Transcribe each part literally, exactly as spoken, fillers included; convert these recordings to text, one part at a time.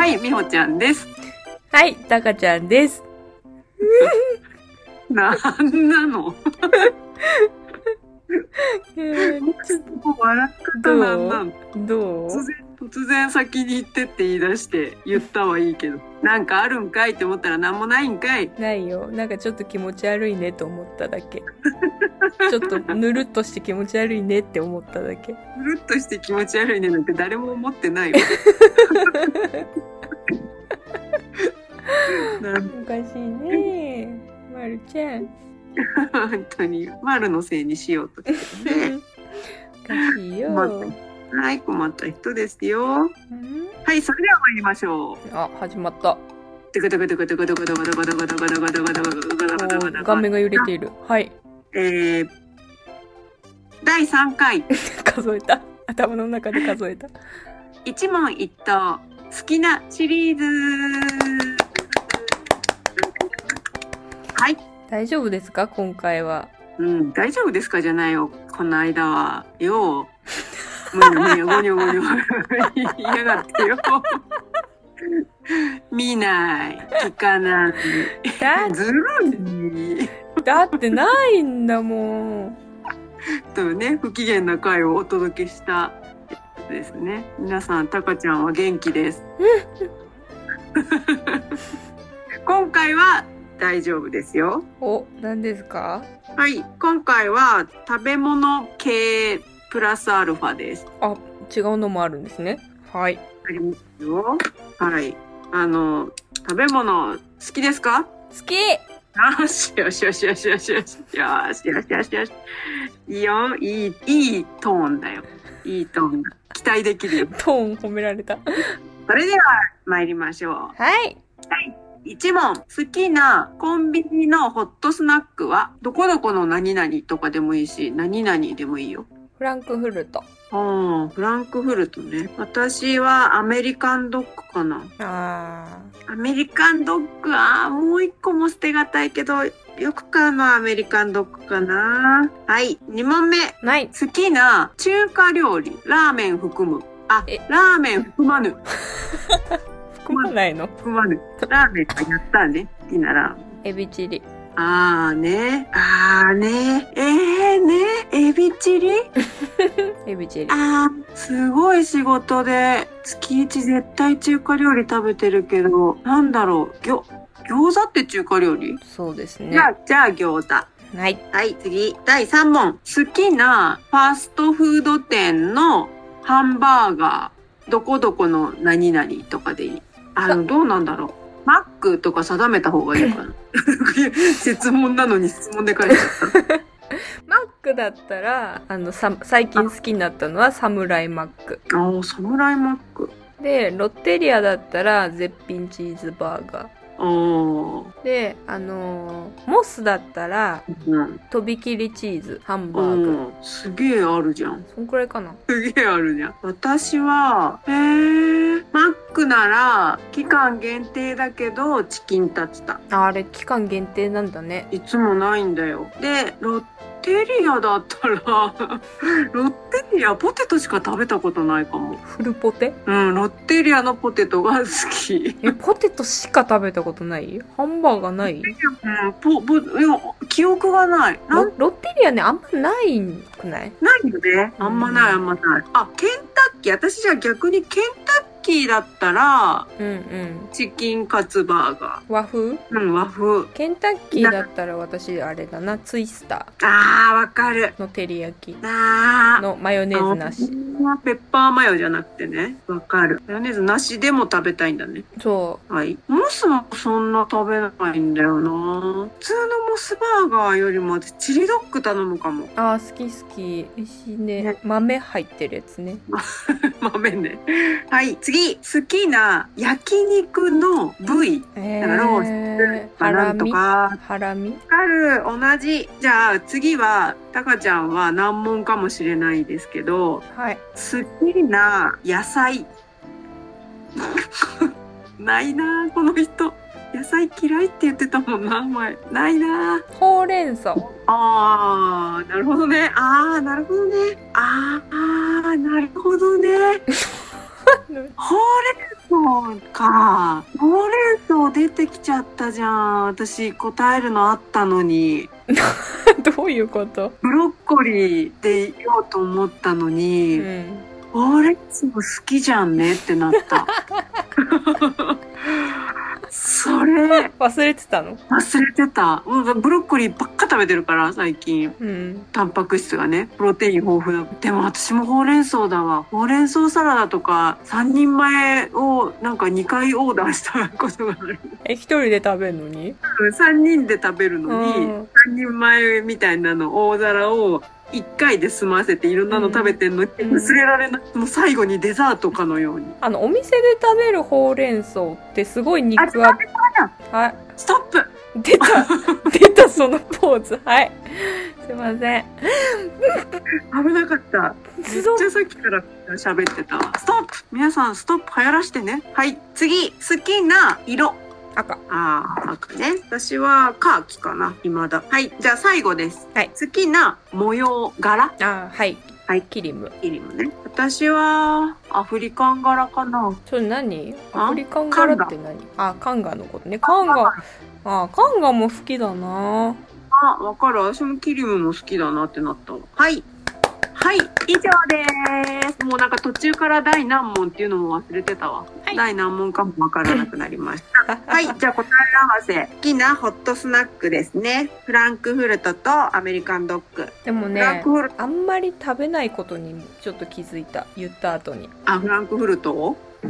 はいみほちゃんです。 はい、たかちゃんです。 なんなのえー、ちょっと笑い方なんなの。 どう突然突然先に行ってって言い出して言ったはいいけど、なんかあるんかいって思ったらなんもないんかい。 ないよ。なんかちょっと気持ち悪いねと思っただけ。ちょっとぬるっとして気持ち悪いねって思っただけ。 ぬるっとして気持ち悪いねなんて誰も思ってないわ。 おかしいね、まるちゃん。 本当にマルのせいにしようとしてね。 おかしいよ。 はい、困った人ですよ。はい、それでは参りましょう。 あ、始まった。画面が揺れている。はい。 えー、だいさんかい。 数えた。頭の中で数えた。 一問一答好きなシリーズ。はい。 大丈夫ですか今回は。 うん、大丈夫ですかじゃないよ。この間はよ。もうね、ゴニョゴニョ言いやがってよ。見ない、聞かない。 だずるい。 だってないんだもん。 とね、不機嫌な回をお届けしたですね。皆さん、タカちゃんは元気です。今回は大丈夫ですよ。 お、何ですか？ はい、今回は食べ物系プラスアルファです。 あ、違うのもあるんですね。はい。 ありますよ。はい。あの、食べ物好きですか？ 好き！ よしよしよしよしよしよしよしよしよしよし。いいよ、いい、いいトーンだよ。いいトーンだ。期待できるよ。 トーン褒められた。 それでは参りましょう。 はい。 はい。一問。好きなコンビニのホットスナックはどこどこの何々とかでもいいし、何々でもいいよ。 フランクフルト。 ああ、フランクフルトね。私はアメリカンドッグかな。 あアメリカンドッグ、ああ、もう一個も捨てがたいけど、よく買うのはアメリカンドッグかな。はい、に問目。 ない。 好きな中華料理、ラーメン含む。あ、ラーメン含まぬ。 含まないの？ 含まぬ。ラーメンはやったね。好きなラーメン。 エビチリ。 あーね。あーね。えーね。エビチリエビチリ。 あー、すごい仕事で月一絶対中華料理食べてるけど、なんだろう。ぎょ、餃子って中華料理？ そうですね。 じゃあ、じゃあ餃子。 はい。 はい、次。だいさん問。好きなファストフード店のハンバーガー。どこどこの何々とかでいい。あの、どうなんだろう。マックとか定めた方がいいかな。質問なのに質問で書いてあった。 マックだったら、あの、さ、最近好きになったのはサムライマック。 ああ、サムライマック。 で、ロッテリアだったら絶品チーズバーガー。 あで、あのー、モスだったら、 うん、 とびきりチーズ、ハンバーグ。 すげえあるじゃん。 そんくらいかな。 すげえあるじゃん。私は、へー、マックなら、期間限定だけど、チキンタツタ。 あ、あれ、期間限定なんだね。 いつもないんだよ。で、ロッテリアだったら、ロッテリアポテトしか食べたことないかも。 フルポテ？ うん、ロッテリアのポテトが好き。 え、ポテトしか食べたことない？ハンバーガーない？ うん、ぽ、ぽ、いや、記憶がない。 ロ、ロッテリアね、あんまないくない？ ないよね。あんまない、あんまない。あ、ケンタッキー。私じゃあ逆にケンタッキーだったら、 うんうん。 チキンカツバーガー。 和風？ うん、和風。 ケンタッキーだったら私、あれだな、ツイスター。あー、わかる。 の照り焼き。 あー。 のマヨネーズなし。 ペッパーマヨじゃなくてね。わかる。マヨネーズなしでも食べたいんだね。 そう。 はい。モスもそんな食べないんだよな。普通のモスバーガーよりも私チリドッグ頼むかも。 あー、好き好き。美味しいね。ね、豆入ってるやつね。 豆ね。はい、次。好きな焼肉の部位。 えー、 だからロース、ハラミ。 ハラミ。 わかる。同じ。じゃあ次は、タカちゃんは難問かもしれないですけど、 はい。 好きな野菜。ないなぁ、この人。野菜嫌いって言ってたもんな、前。ないなぁ。 ほうれん草。 あー、なるほどね。あー、なるほどね。あー、あーなるほどね。 ほうれん草か。ほうれん草出てきちゃったじゃん。私答えるのあったのに。 どういうこと？ ブロッコリーで言おうと思ったのに、 うん、 ほうれん草好きじゃんねってなった。それ忘れてたの？ 忘れてた。ブロッコリーばっか食べてるから最近。 うん。 タンパク質がね、プロテイン豊富だ。でも私もほうれん草だわ。ほうれん草サラダとかさんにんまえをなんかにかいオーダーしたことがある。 え、一人で食べるのに？ さんにんで食べるのに、 うん、 さんにんまえみたいなの大皿をいっかいで済ませていろんなの食べてんのに、うん、忘れられない。もう最後にデザートかのように。 あの、お店で食べるほうれん草ってすごい肉は、はい。 ストップ出た出たそのポーズ。はい。すいません。 危なかった。めっちゃさっきから喋ってた。ストップ皆さんストップ流行らしてね。はい。次。好きな色。 赤。 ああ、赤ね。私はカーキかな。未だ。はい。じゃあ最後です。 はい。 好きな模様、柄。 ああ、はい。はい。キリム。 キリムね。私はアフリカン柄かな。 それ何？アフリカン柄って何？あ、カンガのことね。カンガ。あ、カンガも好きだな。 あ、わかる。私もキリムも好きだなってなった。はい。はい、以上です。もうなんか途中から第何問っていうのも忘れてたわ。はい、第何問かもわからなくなりました。はい、じゃあ答え合わせ。好きなホットスナックですね。フランクフルトとアメリカンドッグ。 でもね、あんまり食べないことにもちょっと気づいた。言った後に。 あ、フランクフルトを？ うん、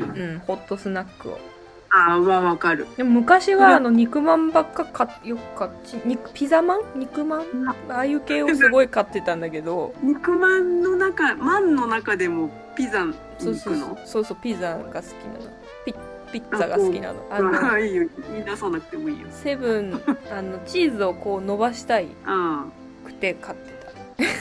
ホットスナックを。 ああ、わかる。 でも昔はあの肉まんばっか買っよく買っ肉ピザまん肉まんああいう系をすごい買ってたんだけど肉まんの中まんの中でもピザにそう行くの？ そうそうピザが好きなの。ピピッツァが好きなの。あのあいいよ言い出さなくてもいいよ。 セブンあのチーズをこう伸ばしたいくて買ってた。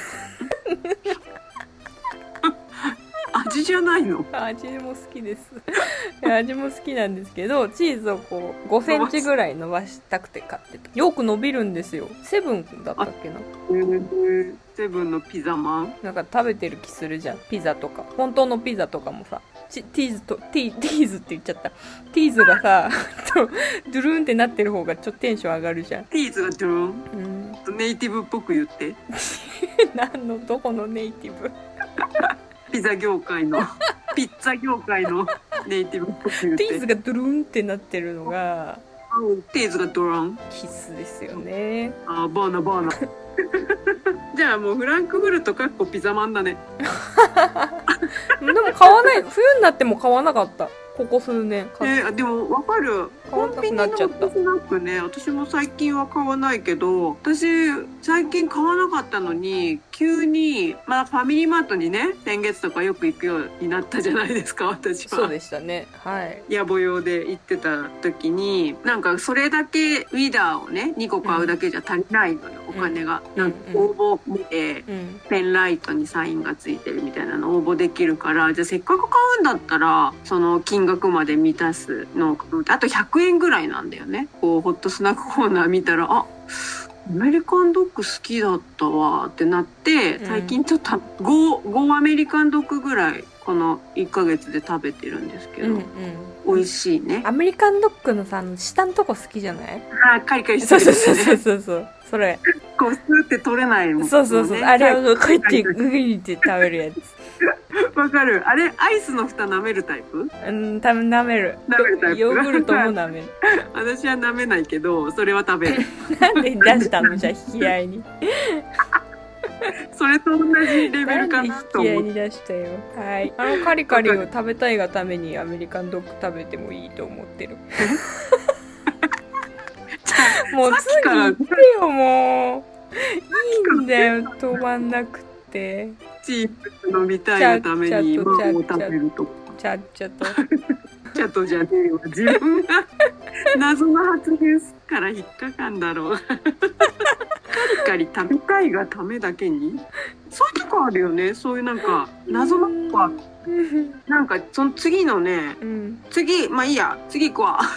味じゃないの？ 味も好きです。味も好きなんですけど、チーズをこうごセンチぐらい伸ばしたくて買ってた。よく伸びるんですよ。セブンだったっけな。 えー、セブンのピザマン？ なんか食べてる気するじゃん。ピザとか。本当のピザとかもさ。ティーズと、ティティーズって言っちゃった。ティーズがさ、ドゥルーンってなってる方がちょっとテンション上がるじゃん。 ティーズがドゥルーン？ うん。 ネイティブっぽく言って。 何の、どこのネイティブ？ ピザ業界のピッツァ業界のネイティブっぽく言って。 ティーズがドゥルーンってなってるのがティーズがドゥルーン必須ですよね。 あーバーナバーナ。じゃあもうフランクフルトかっこピザマンだね。 でも買わない冬になっても買わなかった。ここ数年。 えー、でもわかる。コンビニのホットスナックね、私も最近は買わないけど、私最近買わなかったのに急にまあファミリーマートにね先月とかよく行くようになったじゃないですか。私はそうでしたね。はい。 野暮用で行ってた時になんかそれだけウィダーをねにこ買うだけじゃ足りないのよ、うん、お金が、うん、なんか応募見て、うん、ペンライトにサインがついてるみたいなの応募できるから、じゃあせっかく買うんだったらその金額まで満たすのをあとひゃくえんぐらいなんだよね。こうホットスナックコーナー見たらあアメリカンドッグ好きだったわってなって最近ちょっと 5, 5アメリカンドッグぐらいこのいっかげつで食べてるんですけど、うんうん、美味しいね。 アメリカンドッグのさ下のとこ好きじゃない？ あカリカリしてる、ね、 そうそうそうそうそれこうスーって取れないもん、ね、 そうそうそうあれをこうやってグリって食べるやつ。 わかる。あれアイスの蓋舐めるタイプ？ うん、多分舐める。 舐めるタイプ。 ヨーグルトも舐める。 私は舐めないけど、それは食べる。 なんで出したのじゃあ引き合いに。 それと同じレベルかなと思う。 引き合いに出したよ。はい。あのカリカリを食べたいがためにアメリカンドッグ食べてもいいと思ってる。もう次行ってよもう。いいんだよ止まんなくて。 チープ飲みたいがためにマンを食べるとちゃっちゃとちゃとじゃねえわ自分が謎の発言すっから引っかかんだろう。カリカリ食べたいがためだけにそういうとこあるよね。そういうなんか謎の子なんかその次のね、うん、次まあいいや次行くわ。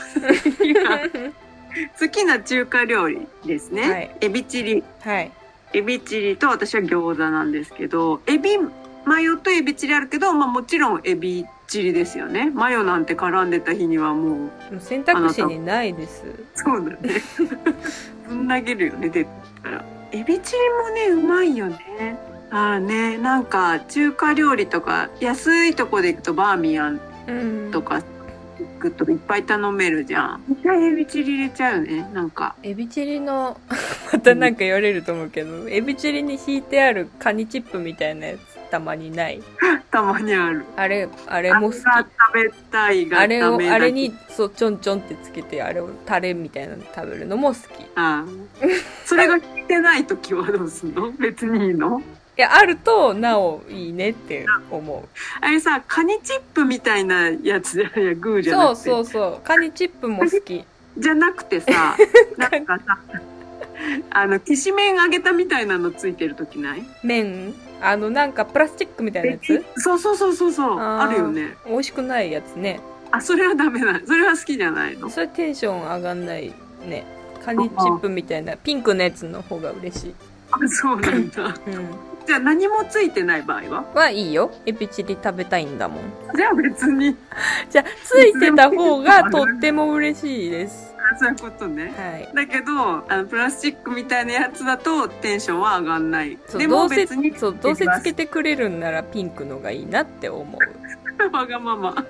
好きな中華料理ですね、はい、エビチリ、 はい、 エビチリと私は餃子なんですけど、エビマヨとエビチリあるけど、まあもちろんエビチリですよね。マヨなんて絡んでた日にはもう。 もう選択肢にないです。 そうだね。ぶん投げるよね、出たら。エビチリもね、うまいよね。ああね、なんか中華料理とか、安いとこで行くとバーミヤンとか、行くといっぱい頼めるじゃん。一回エビチリ入れちゃうよね、なんか。 エビチリの、またなんか言われると思うけど、エビチリに引いてあるカニチップみたいなやつたまにない？ たまにある。 あれ、あれも好き。 あれが食べたいがあれを、 ダメだけどあれに、そう、ちょんちょんってつけて、あれをタレみたいなの食べるのも好き。 ああ。それが効いてないときはどうすんの？別にいいの？ いや、あると、なおいいねって思う。 あれさ、カニチップみたいなやつじゃないや、グーじゃなくて。 そうそうそう。カニチップも好き。 じゃなくてさ、なんかさ、あの、きしめん揚げたみたいなのついてるときない？ 麺あの、なんかプラスチックみたいなやつ？ そうそうそうそうそう。 あーあるよね。 美味しくないやつね。 あ、それはダメな。それは好きじゃないの？ それテンション上がんないね。カニチップみたいな、ピンクのやつの方が嬉しい。 あ、そうなんだ。 うん。 じゃあ何もついてない場合は？ はいいよ。エビチリ食べたいんだもん。 じゃあ別に。 じゃあ、ついてた方がとっても嬉しいです。 あ、そういうことね。 はい。 だけど、あの、プラスチックみたいなやつだとテンションは上がんない。 そうでどうせも別に。 そう、どうせつけてくれるんならピンクのがいいなって思う。 わがまま。わが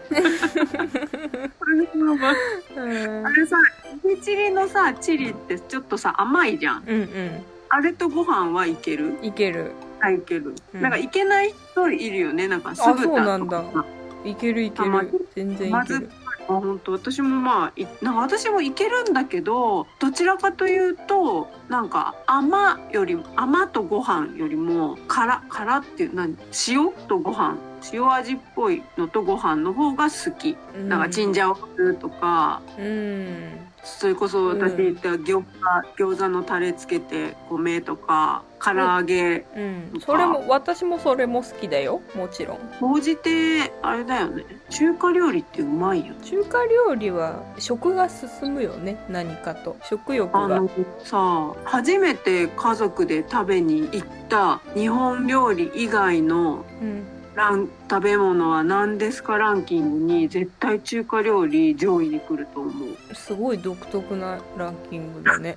まま。 うんあれさ、エビチリのさ、チリってちょっとさ、甘いじゃん。 うんうん。 あれとご飯はいける？ いける。 あ、いける。 うんなんかいけない人いるよね。なんか酢あ、 豚そうなんだとか。 いけるいけ甘いる。全然いける。 あ、本当。私もまあいなんか私もいけるんだけど、どちらかというとなんか甘より甘とご飯よりも辛辛っていう何塩とご飯塩味っぽいのとご飯の方が好き。 うんなんかチンジャオロースとか、 うん。 それこそ私言った餃子、餃子のタレつけて米とか唐揚げ。 うん。それも、私もそれも好きだよ。もちろん。 総じてあれだよね。中華料理ってうまいよね。 中華料理は食が進むよね。何かと。食欲が。 あのさ、初めて家族で食べに行った日本料理以外のうん。 ラン食べ物は何ですかランキングに絶対中華料理上位に来ると思う。 すごい独特なランキングだね。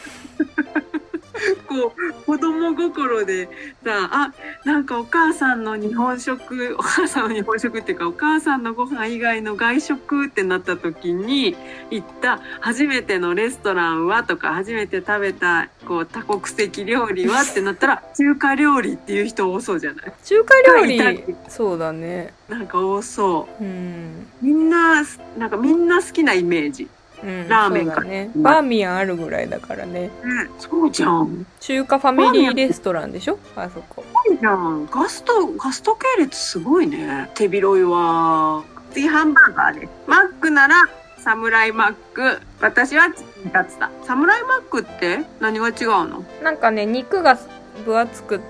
こう子供心でさ、あ、なんかお母さんの日本食、お母さんの日本食っていうかお母さんのご飯以外の外食ってなった時に行った初めてのレストランはとか、初めて食べたこう多国籍料理はってなったら中華料理っていう人多そうじゃない？ 中華料理がいたり、 そうだね。 なんか多そう。 うん。 みんななんかみんな好きなイメージ。 うん、 ラーメンかそうだね。バーミヤンあるぐらいだからね。 ね、そうじゃん。 中華ファミリーレストランでしょあそこ。 そうじゃん。ガスト、ガスト系列すごいね。手広いわ。次ハンバーガーです。マックならサムライマック。私はチキンタツタ。サムライマックって何が違うの？ なんかね、肉が分厚くって、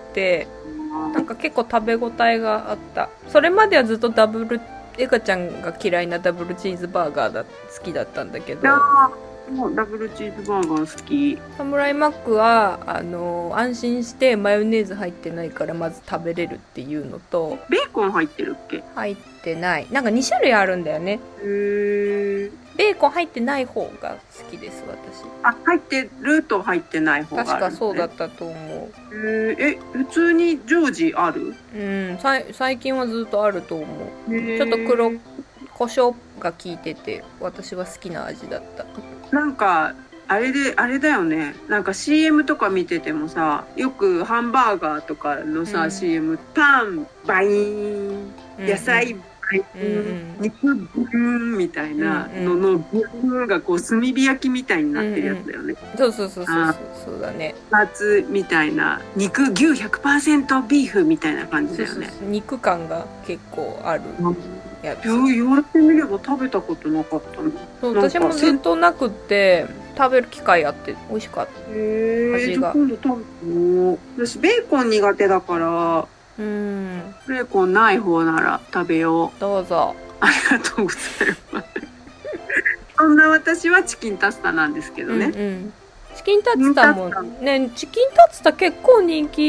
なんか結構食べ応えがあった。それまではずっとダブル、エガちゃんが嫌いなダブルチーズバーガーだ好きだったんだけど、 もうダブルチーズバーガー好き。 サムライマックはあの安心してマヨネーズ入ってないからまず食べれるっていうのと、 ベーコン入ってるっけ？ 入ってない、なんかに種類あるんだよね。 へー。 ベーコン入ってない方が好きです私。 あ、入ってると入ってない方がある、ね、 確かそうだったと思う。 えー、え、普通に常時ある？ うん、さ最近はずっとあると思う。 へー。 ちょっと黒胡椒が効いてて私は好きな味だった。 なんかあれであれだよね。なんか シーエム とか見ててもさ、よくハンバーガーとかのさ、うん、シーエム、パンバイーン、野菜バイーン、うん、肉ブーンみたいなののブーンがこう炭火焼きみたいになってるやつだよね。 うんうん、そうそうそうそうそうだね。 パーツみたいな肉牛 ひゃくパーセント ビーフみたいな感じだよね。 そうそうそう、肉感が結構あるやつ。 言われてみれば食べたことなかったの。 そう、私もずっとなくって食べる機会あって美味しかった。 へ味が。 今度食べよう。私ベーコン苦手だから、 うん、 ベーコンない方なら食べよう。 どうぞ。 ありがとうございます。そんな私はチキンタツタなんですけどね。 うんうん、チキンタツタもね、チキンタツタ結構人気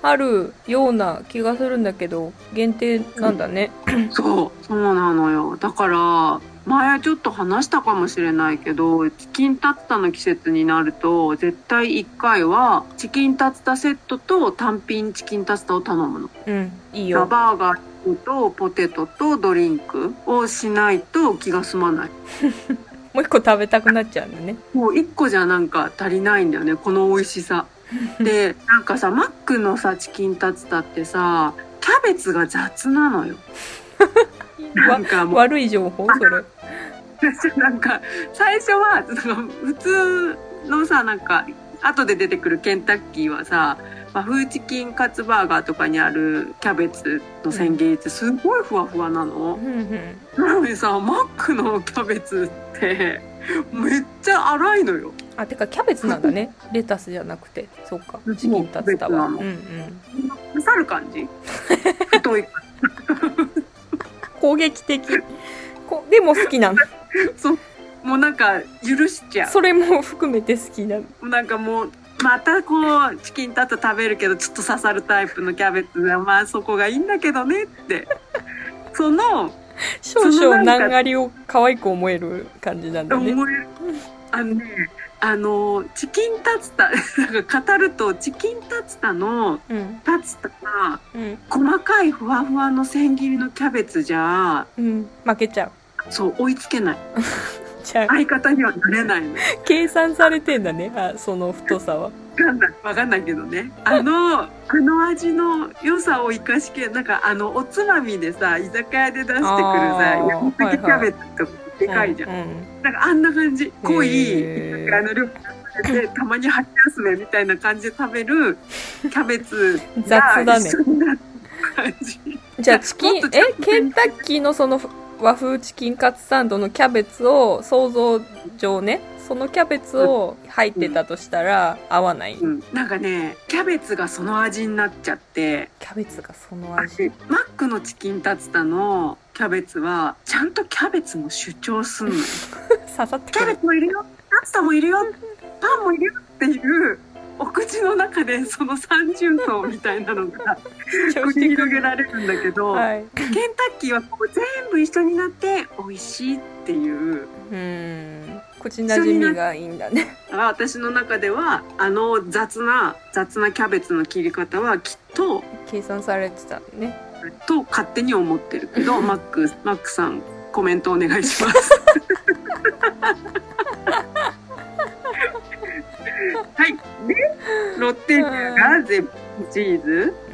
あるような気がするんだけど、限定なんだね。 そうそうなのよ。だから前ちょっと話したかもしれないけど、チキンタツタの季節になると絶対いっかいはチキンタツタセットと単品チキンタツタを頼むの。 うん、いいよ。 バーガーとポテトとドリンクをしないと気が済まない。 もう一個食べたくなっちゃうんだね。 もう一個じゃなんか足りないんだよね、この美味しさ。で、なんかさ、マックのさチキンタツタってさ、キャベツが雑なのよ。なんかもう悪い情報それ。 なんか最初は普通のさ、なんか後で出てくるケンタッキーはさ、和風チキンカツバーガーとかにあるキャベツの千切りってすごいふわふわなの。 うんうん、 なのにさ、マックのキャベツってめっちゃ粗いのよ。 あ、てかキャベツなんだね。レタスじゃなくて。そうか。チキンタツタは。うんうん。 刺さる感じ？太い。 攻撃的。こでも好きなの。 そう。もうなんか許しちゃう。 それも含めて好きなの。 なんかもうまたこうチキンタツタ食べるけどちょっと刺さるタイプのキャベツが、まあそこがいいんだけどねって。その少々難ありを可愛く思える感じなんだね。 思える。あのね、あのチキンタツタなんか語るとチキンタツタのタツタが、うん、細かいふわふわの千切りのキャベツじゃ、 うん、負けちゃう。 そう追いつけない。 じゃあ相方にはなれないの。 計算されてんだね。あ、その太さは。 分かんない分かんないけどね。あのあの味の良さを生かしけ、なんかあのおつまみでさ、居酒屋で出してくるさ、山崎キャベツとかでかいじゃん、はいはい、うんうん、なんかあんな感じ、濃い居酒屋の料理でたまに箸休めみたいな感じで食べるキャベツが一緒になった感じ。 じゃあチキンえケンタッキーのその和風チキンカツサンドのキャベツを想像上ね、そのキャベツを入ってたとしたら合わない、 うんうん、なんかねキャベツがその味になっちゃって。 キャベツがその味。 マックのチキンタツタのキャベツはちゃんとキャベツも主張すんのよ。 刺さってくる。 キャベツもいるよ、タツタもいるよ、パンもいるよっていうお口の中でその三重奏みたいなのが繰り広げられるんだけど、はい、ケンタッキーはこう全部一緒になって美味しいっていう。 うーん、口なじみがいいんだね。 私の中ではあの雑な雑なキャベツの切り方はきっと計算されてたねと勝手に思ってるけどマックマックさんコメントお願いします。はい。でロッテリアが絶品チーズ、うん、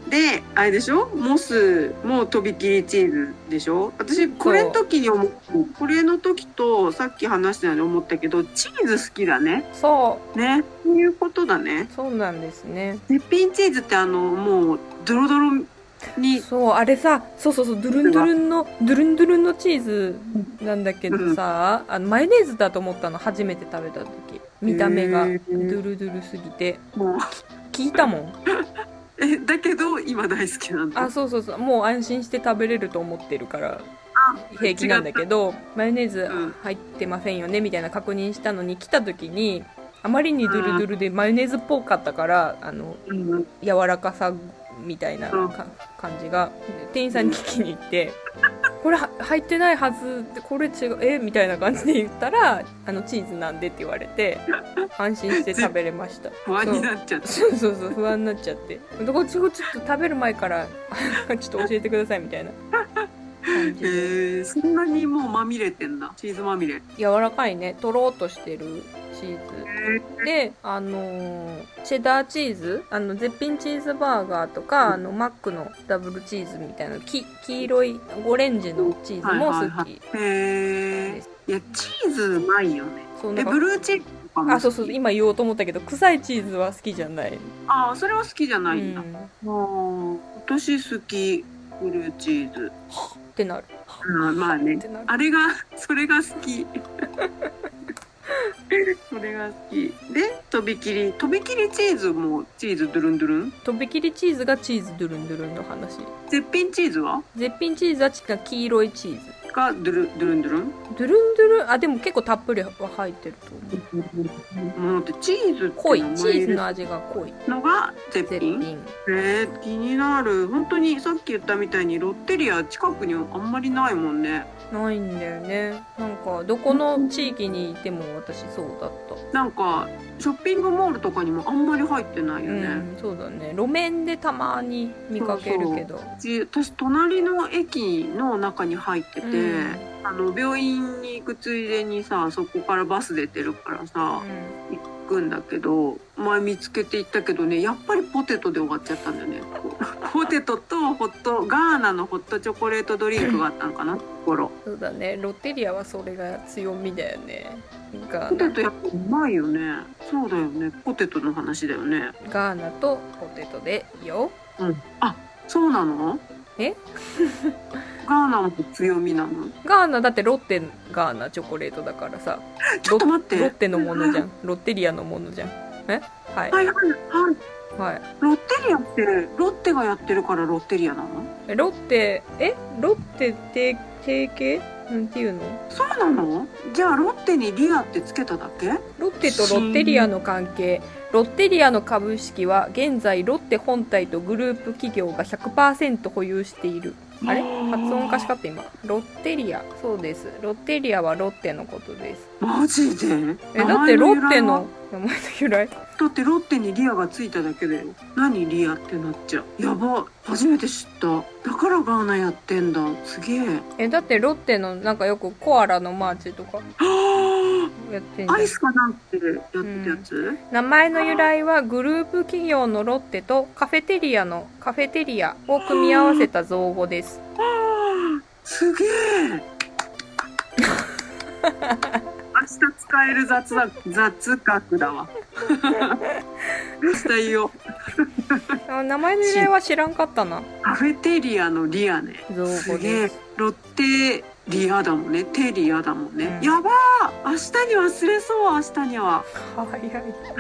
であれでしょ、モスもとびきりチーズでしょ。私これの時に思うこれの時とさっき話したように思ったけど、チーズ好きだね。 そうね、そういうことだね。 そうなんですね。 絶品チーズってあのもうドロドロに、 そうあれさ、そうそうそう、ドゥルンドゥルンのドゥルンドゥルンのチーズなんだけどさ、うん、あのマヨネーズだと思ったの、初めて食べた時。見た目がドゥルドゥルすぎてもう聞いたもん。 えだけど今大好きなんだ。 あ、そうそうそう、もう安心して食べれると思ってるから平気なんだけど、マヨネーズ入ってませんよねみたいな確認したのに、来た時にあまりにドゥルドゥルでマヨネーズっぽかったから、あの、うん、柔らかさみたいなか感じが、店員さんに聞きに行ってこれ入ってないはずで、これ違うえみたいな感じで言ったら、あのチーズなんでって言われて安心して食べれました。 不安になっちゃってそうそうそう、不安になっちゃって、こっちこっちょっと食べる前からちょっと教えてくださいみたいな感じで。 へー、そんなにもうまみれてんだ。チーズまみれ。 柔らかいね、とろーっとしてるチーズで、あのー、チェダーチーズ、あの絶品チーズバーガーとか、うん、あのマックのダブルチーズみたいなき黄色いオレンジのチーズも好き、はいはいはい、 へー、いやチーズうまいよね。そうえブルーチーズとかも好き？ あ、そうそう、今言おうと思ったけど臭いチーズは好きじゃない。 ああ、それは好きじゃないんだ、うん、あ私好きブルーチーズってなる。 あまあね、あれがそれが好きそれが好きで、とびきりとびきりチーズもチーズドゥルンドゥルン、 とびきりチーズがチーズドゥルンドゥルンの話。 絶品チーズは絶品チーズは黄色いチーズ。 がドゥルドゥルンドゥルンドゥルンドゥルン、あでも結構たっぷりは入ってると思う。 もうだってチーズって濃い、 名前チーズの味が濃いのが絶絶品。 品。 えー、気になる。本当にさっき言ったみたいにロッテリア近くにあんまりないもんね。 ないんだよね。なんかどこの地域にいても私そうだったなんかショッピングモールとかにもあんまり入ってないよね。 うん、そうだね。路面でたまに見かけるけど。 うち私隣の駅の中に入ってて、 うん、 あの病院に行くついでにさ、そこからバス出てるからさ、 うん、 行くんだけど、前見つけて行ったけどね、やっぱりポテトで終わっちゃったんだよね。ポテトとホットガーナのホットチョコレートドリンクがあったのかな、ところ。 そうだね。ロッテリアはそれが強みだよね。ガポーナテトやっぱうまいよね。そうだよね。ポテトの話だよね。 ガーナとポテトでいいよ。 うん。あ、そうなの？ えガーナも強みなの？ ガーナだってロッテガーナチョコレートだからさ。 ちょっと待って。 ロッテのものじゃん。ロッテリアのものじゃん。えはい。 はいはいはい。 はい。 ロッテリアってロッテがやってるからロッテリアなの？ ロッテ、えロッテ提提携なんていうの？ そうなの？じゃあロッテにリアってつけただけ？ ロッテとロッテリアの関係。ロッテリアの株式は現在ロッテ本体とグループ企業が ひゃくパーセント 保有している。あれ発音おかしかった今。ロッテリア。そうです。ロッテリアはロッテのことです。 マジで？ え、だってロッテの名前の由来？ だってロッテにリアがついただけだよ。何リアってなっちゃう。やば。初めて知った。だからガーナやってんだ。すげえ。 え、だってロッテのなんかよくコアラのマーチとかやってんじゃん。 アイスかなんてやってたやつ、うん、 名前の由来はグループ企業のロッテとカフェテリアのカフェテリアを組み合わせた造語です。 すげえ。明日使える雑だ雑学だわ。明日言おう。 名前の由来は知らんかったな。 カフェテリアのリアね。すげえ。ロッテリアだもんね。テリアだもんね。うん、やばー。明日に忘れそう。明日には。 早い。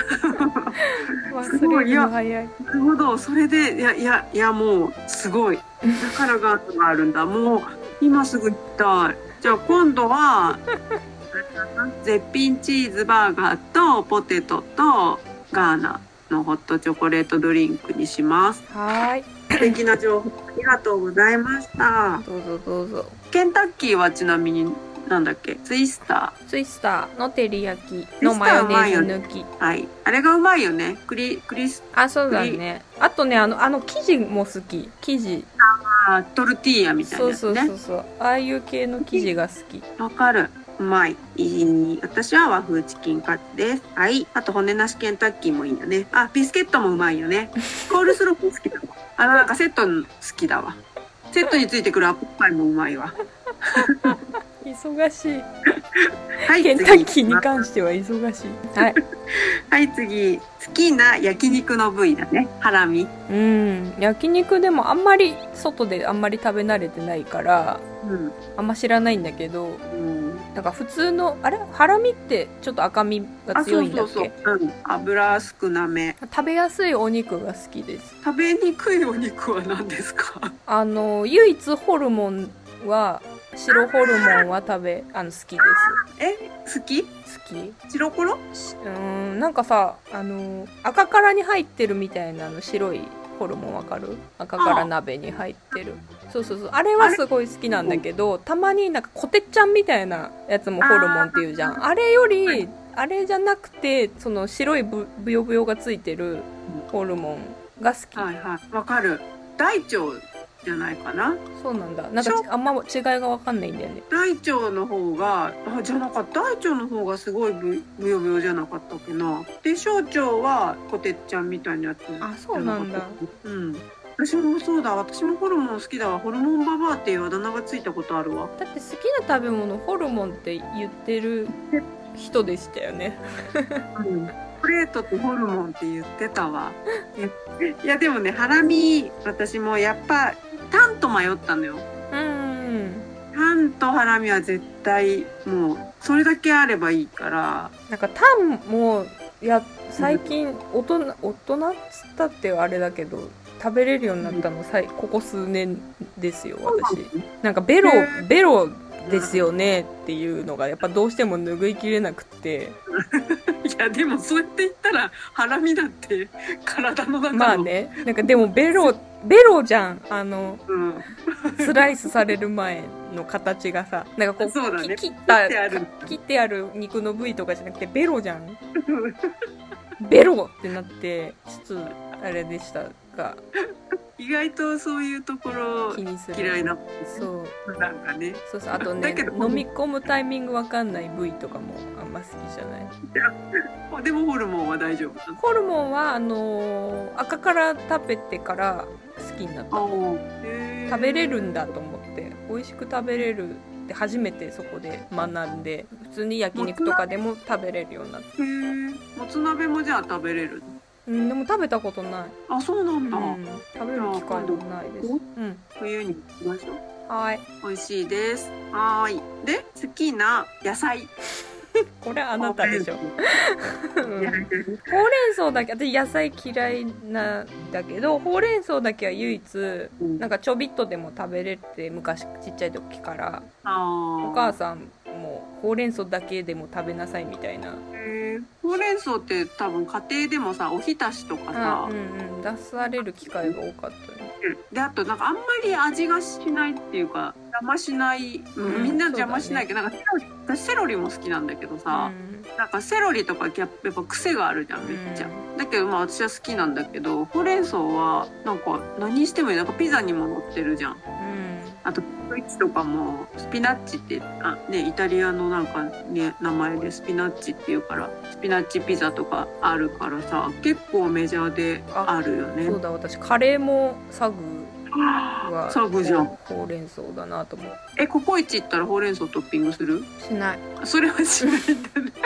忘れるの早い。 なるほど。それでいやいやいやもうすごい。だからガーナがあるんだ。もう今すぐ行きたい。じゃあ今度は絶品チーズバーガーとポテトとガーナのホットチョコレートドリンクにします。 はい。 素敵な情報ありがとうございました。 どうぞどうぞ。 ケンタッキーはちなみになんだっけ？ツイスター。 ツイスターの照り焼きのマヨネーズ抜き。 はい。あれがうまいよね。クリクリス。 あ、そうだね。あとね、あのあの生地も好き。生地。 ああ、トルティーヤみたいなやつね。 そうそうそうそう。ああいう系の生地が好き。 わかる。うまい。いい。私は和風チキンカツです。はい。あと骨なしケンタッキーもいいよね。あ、ビスケットもうまいよね。コールスローも好きだわ。あのなんかセット好きだわ。セットについてくるアップパイもうまいわ。 忙しい。 はい。 ケンタッキーに関しては忙しい。はい。 はい、次。好きな焼肉の部位だね。ハラミ。 うん。焼肉でもあんまり外であんまり食べ慣れてないから、うん、あんま知らないんだけど、うん、なんか普通のあれハラミってちょっと赤身が強いんだっけ？ そうそうそう、うん、油少なめ。 食べやすいお肉が好きです。 食べにくいお肉は何ですか？ あの唯一ホルモンは白ホルモンは食べあの好きです。 え好き？好き？ 白コロ？ うーんなんかさあの赤からに入ってるみたいなの白いホルモンわかる？赤から鍋に入ってる。そうそうそうあれはすごい好きなんだけど、たまになんかコテッちゃんみたいなやつもホルモンっていうじゃん。あれよりあれじゃなくてその白いブブヨブヨがついてるホルモンが好き。 はいはいわかる。大腸じゃないかな。 そうなんだ。なんかあんま違いがわかんないんだよね。 大腸の方があじゃなかった。大腸の方がすごいブブヨブヨじゃなかったっけな。で小腸はコテッちゃんみたいなやつ。 あそうなんだ。 うん。私もそうだ。私もホルモン好きだわ。ホルモンババアっていうあだ名がついたことあるわ。 だって好きな食べ物ホルモンって言ってる人でしたよね。 うんチョコレートとホルモンって言ってたわ。いやでもねハラミ私もやっぱタンと迷ったのよ。 うん。 タンとハラミは絶対もうそれだけあればいいから。 なんかタンもいや最近大人大人っつったってあれだけど食べれるようになったの、うん、ここ数年ですよ私。なんかベロベロですよねっていうのがやっぱどうしても拭いきれなくていやでもそうやって言ったらハラミだって体の中のまあねなんかでもベロベロじゃんあの、 うん、 スライスされる前の形がさなんかこうそうだね切った切ってある切ってある肉の部位とかじゃなくてベロじゃんベロってなってちょっとあれでしたが意外とそういうところ気にする嫌いなそうなんかねそうそうあとね飲み込むタイミングわかんない部位とかもあんま好きじゃないいやでもホルモンは大丈夫ホルモンはあのー、赤から食べてから好きになった食べれるんだと思って美味しく食べれるって初めてそこで学んで普通に焼肉とかでも食べれるようになってへーもつ鍋もじゃあ食べれるうん、でも食べたことない。 あ、そうなんだ。うん、 食べる機会もないです。うん。 冬に行きましょう。 はい。 美味しいです。はい。で、好きな野菜。 これあなたでしょ。ほうれん草だけ、私野菜嫌いなんだけど、ほうれん草だけは唯一、うん、なんかちょびっとでも食べれて、昔ちっちゃい時から、お母さんもほうれん草だけでも食べなさいみたいな。 へーほうれん草って多分家庭でもさおひたしとかさ、 うんうん、出される機会が多かったね。 であとなんかあんまり味がしないっていうか邪魔しない、うん、みんな邪魔しないけど、ね、なんかセロリ私セロリも好きなんだけどさ、うん、なんかセロリとかやっぱ癖があるじゃんめっちゃ、うん、だけどまあ私は好きなんだけどほうれん草はなんか何してもいいなんかピザにも乗ってるじゃん、うん、あとドイツとかもスピナッチってあ、ね、イタリアのなんか、ね、名前でスピナッチっていうからスピナッチピザとかあるからさ結構メジャーであるよね。 そうだ私カレーもサグはサグじゃんほうれん草だなと思ってえココイチ行ったらほうれん草トッピングするしないそれはしないんだね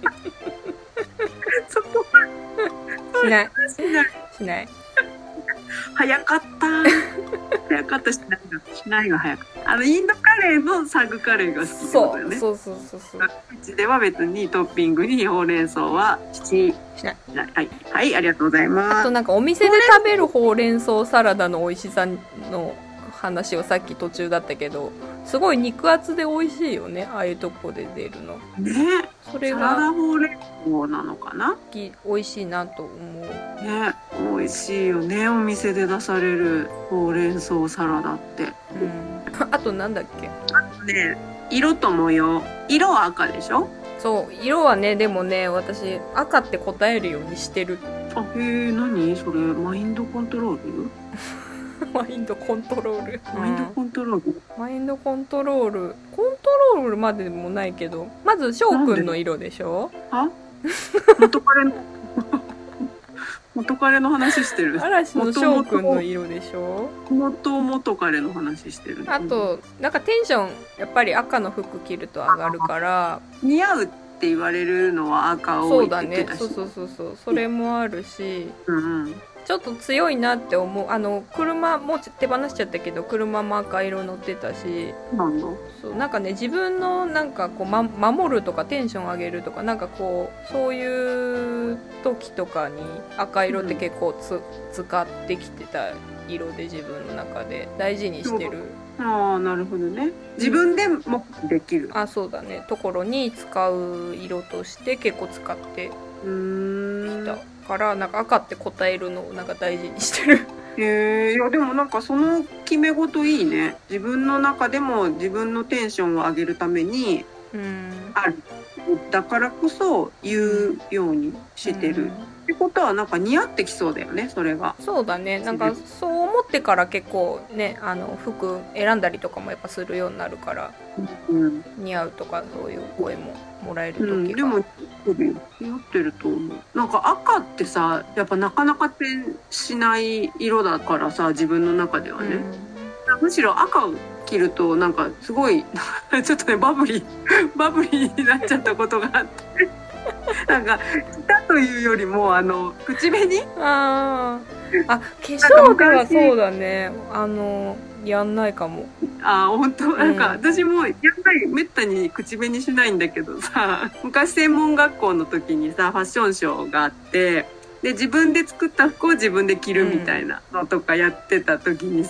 そこはしないしないしない早かった早かったしないがしないが早かったあのインドカレーのサグカレーが好きってことだよねそうそうそうそうそううちでは別にトッピングにほうれん草はしないはい、はい、ありがとうございますあとなんかお店で食べるほうれん草サラダの美味しさの話をさっき途中だったけどすごい肉厚で美味しいよねああいうとこで出るのねそれがサラダほうれん草なのかな美味しいなと思うね美味しいよねお店で出されるほうれん草サラダって、うん、 あとなんだっけあとね色と模様色は赤でしょそう色はねでもね私赤って答えるようにしてるあへえ何それマインドコントロールマインドコントロールマインドコントロール、うん、 マインドコントロールコントロールまででもないけどまず翔くんの色でしょあ元彼の元彼の話してる嵐の翔くんの色でしょ元元彼の話してるあとなんかテンションやっぱり赤の服着ると上がるから似合うって言われるのは赤多いって言ってたしそうだねそうそうそうそうそれもあるし、 うんうんちょっと強いなって思うあの車もう手放しちゃったけど車も赤色乗ってたしなんだそうなんかね自分のなんかこう、ま、守るとかテンション上げるとかなんかこうそういう時とかに赤色って結構つ、うん、使ってきてた色で自分の中で大事にしてるああなるほどね自分でもできる、 うん、あそうだねところに使う色として結構使ってきたからなんか赤って答えるのをなんか大事にしてるへえいやでもなんかその決め事いいね自分の中でも自分のテンションを上げるためにあるだからこそ言うようにしてる、うん、ってことはなんか似合ってきそうだよねそれがそうだねなんかそう思ってから結構ねあの服選んだりとかもやっぱするようになるから、うん、似合うとかそういう声ももらえる時が、うん、でも似合ってると思うなんか赤ってさやっぱなかなか点しない色だからさ自分の中ではね、うん、むしろ赤を着るとなんかすごいちょっとねバブリーバブリーになっちゃったことがあってなんか着たというよりもあの口紅ああ化粧ではそうだねあのやんないかもあ本当なんか、うん、私もやんないめったに口紅しないんだけどさ昔専門学校の時にさファッションショーがあってで自分で作った服を自分で着るみたいなのとかやってた時にさ、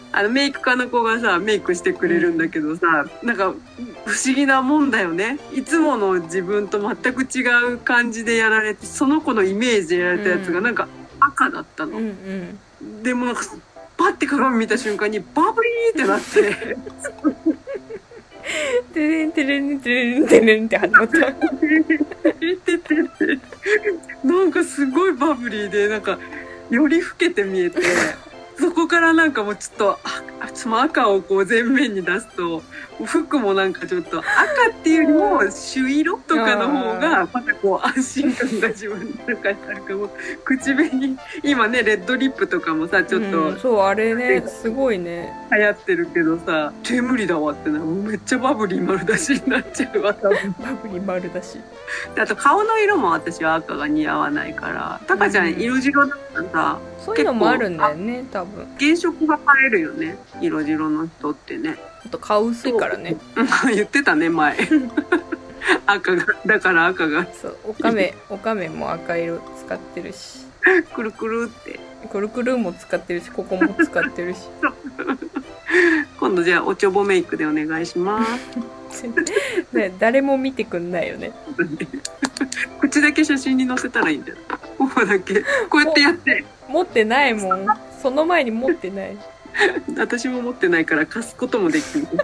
あのメイク家の子がさメイクしてくれるんだけどさ、うん、なんか不思議なもんだよね。いつもの自分と全く違う感じでやられて、その子のイメージでやられたやつがなんか赤だったの、うんうん、でもなんかパッて鏡見た瞬間にバブリーってなってテレンテレンテレンテレンって始まったなんかすごいバブリーで、なんかより老けて見えてそこからなんかもうちょっとあその赤をこう前面に出すと服もなんかちょっと赤っていうよりも朱色とかの方がまたこう安心感が自分の中にあるかも。口紅今ねレッドリップとかもさちょっと、 うん、そうあれねすごいね流行ってるけどさ手無理だわってな、もうめっちゃバブリー丸出しになっちゃうわ多分バブリー丸出し。 あと顔の色も私は赤が似合わないから、タカちゃん色白だったらさ、 うん、そういうのもあるんだよね多分。 原色が映えるよね色白の人ってね。 あと顔薄いからね言ってたね前赤がだから赤がそうおかめおかめも赤色使ってるしくるくるってくるくるも使ってるしここも使ってるし今度じゃあおちょぼメイクでお願いしますね、誰も見てくんないよね口だけ写真に載せたらいいんだよ。ここだけこうやってやって持ってないもん。その前に持ってない私も持ってないから貸すこともできる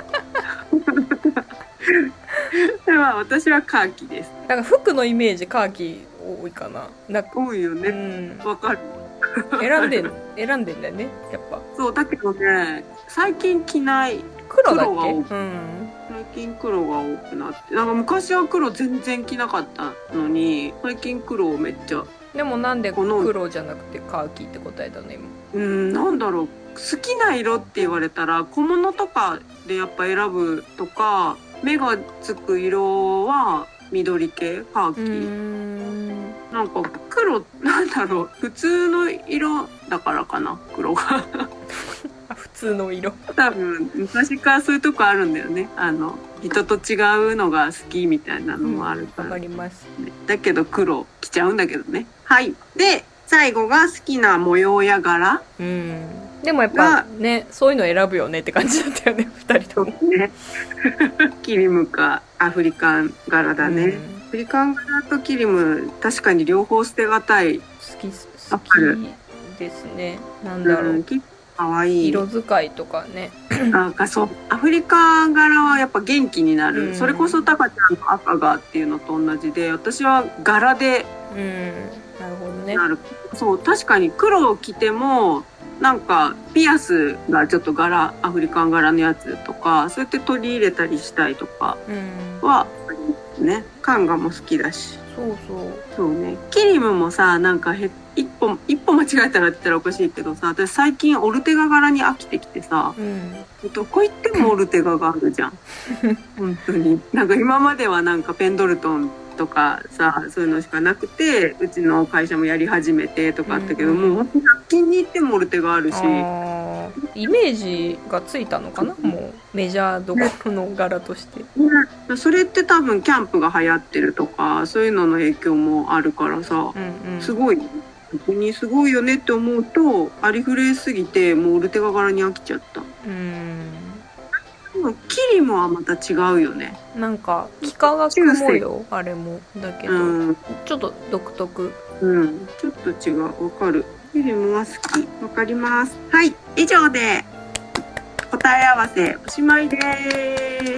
では私はカーキです。 なんか服のイメージカーキ多いかな。なんか多いよね。わ、うん、かる選んで選んでんだよねやっぱ。 そうだけどね最近着ない黒だっけ。 黒が多く、 うん、 最近黒が多くなって、なんか昔は黒全然着なかったのに最近黒をめっちゃ。 でもなんで黒じゃなくてカーキって答えたの今。 うんなんだろう、好きな色って言われたら小物とかでやっぱ選ぶとか目がつく色は緑系カーキ。うーんなんか黒なんだろう普通の色だからかな黒が普通の色多分昔からそういうとこあるんだよね。あの人と違うのが好きみたいなのもあるから、 わ、うん、かります、 ね、だけど黒着ちゃうんだけどね。はいで最後が好きな模様や柄。 うんでもやっぱねそういうの選ぶよねって感じだったよねふたりともねキリムかアフリカン柄だね、うん、アフリカン柄とキリム確かに両方捨てがたい。 好き好きですね。なんだろう、うん、 かわいい色使いとかねなんかそうアフリカ柄はやっぱ元気になる、うん、それこそタカちゃんの赤がっていうのと同じで私は柄で、 うん、なるほどね。 なるそう確かに黒を着てもなんかピアスがちょっと柄アフリカン柄のやつとかそうやって取り入れたりしたいとかは、うん、ねカンガも好きだし。 そうそうそうねキリムもさなんかへ一歩一歩間違えたらって言ったらおかしいけどさ私最近オルテガ柄に飽きてきてさ、うん、どこ行ってもオルテガがあるじゃん本当になんか今まではなんかペンドルトンとかさそういうのしかなくてうちの会社もやり始めてとかあったけど、うん、もう本当にひゃっ均に行ってもオルテガあるしイメージがついたのかなもうメジャーどころの柄として、ね、 それって多分キャンプが流行ってるとかそういうのの影響もあるからさ、うんうん、すごい逆にすごいよねって思うとありふれすぎてもうオルテガ柄に飽きちゃった。うんキリムはまた違うよね。 なんか幾何学模様あれもだけど、うん、ちょっと独特。 うんちょっと違うわかる。キリムは好きわかります。はい以上で答え合わせおしまいです。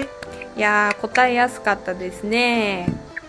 いやー答えやすかったですね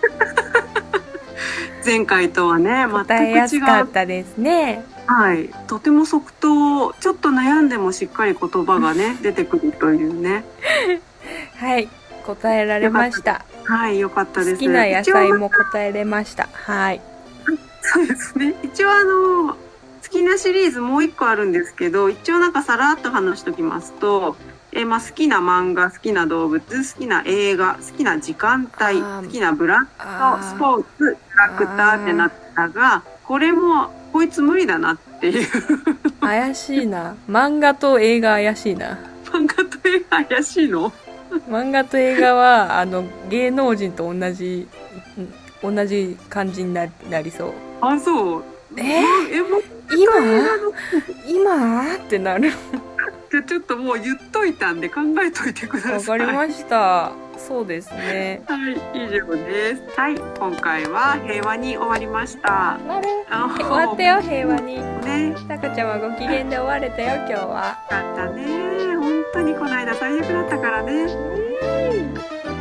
前回とはね全く違う。 答えやすかったですね。 はい、とても即答ちょっと悩んでもしっかり言葉がね出てくるというねはい答えられました。 はいよかったです。 好きな野菜も答えれました。はいそうですね一応あの好きなシリーズもう一個あるんですけど一応なんかさらっと話しておきますとえーまあ、好きな漫画好きな動物好きな映画好きな時間帯好きなブランドスポーツキャラクターってなったがこれもこいつ無理だなっていう怪しいな漫画と映画怪しいな漫画と映画怪しいの漫画と映画はあの芸能人と同じ同じ感じに な, なりそう。 あそうえー、えも今今ってなるっじゃあちょっともう言っといたんで考えといてください。 わかりました。そうですね。 はい、以上です。はい、今回は平和に終わりました。 あれあ終わったよ、平和に。 ね、 たかちゃんはご機嫌で終われたよ、今日は。 よかったね。本当にこの間最悪だったからね。 うん